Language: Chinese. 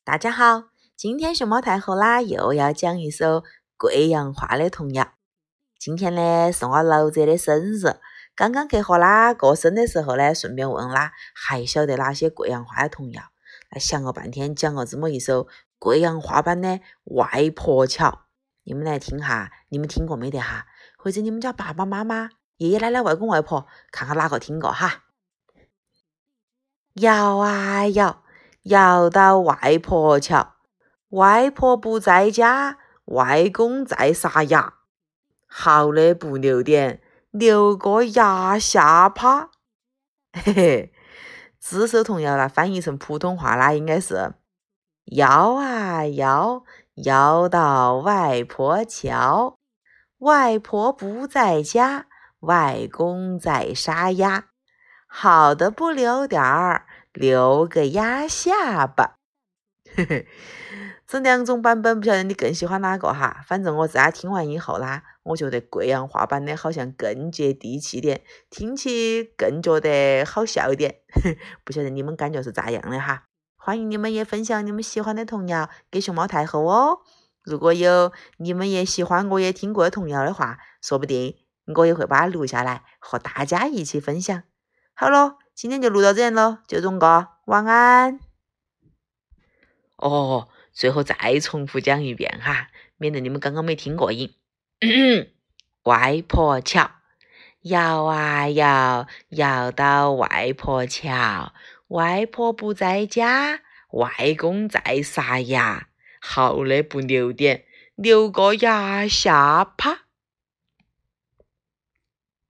大家好，今天熊猫太后啦又要讲一首贵阳话的童谣。今天呢是我老者的生日，刚刚去和他过生的时候呢，顺便问他还晓得哪些贵阳话的童谣。那想了半天，讲了这么一首贵阳话版的外婆桥，你们来听哈，你们听过没得哈？或者你们家爸爸妈妈、爷爷奶奶、外公外婆，看看哪个听过哈？摇啊摇，摇到外婆桥，外婆不在家，外公在撒牙，好的不留点，留个牙下巴。嘿嘿，这首童谣啦，翻译成普通话啦，应该是摇啊摇，摇到外婆桥，外婆不在家，外公在撒牙，好的不留点儿，留个鸭下巴。这两种版本不晓得你更喜欢哪个哈？反正我自家听完以后啦，我觉得贵阳话版的好像更接地气点，听起更觉得好笑一点。不晓得你们感觉是咋样的哈？欢迎你们也分享你们喜欢的童谣给熊猫太后哦。如果有你们也喜欢我也听过的童谣的话，说不定我也会把它录下来和大家一起分享。好了，今天就录到这样了，就这个，晚安。哦，最后再重复讲一遍哈，免得你们刚刚没听过瘾。外婆桥，摇啊摇，摇到外婆桥，外婆不在家，外公在撒牙，好的不留点，留个牙下巴。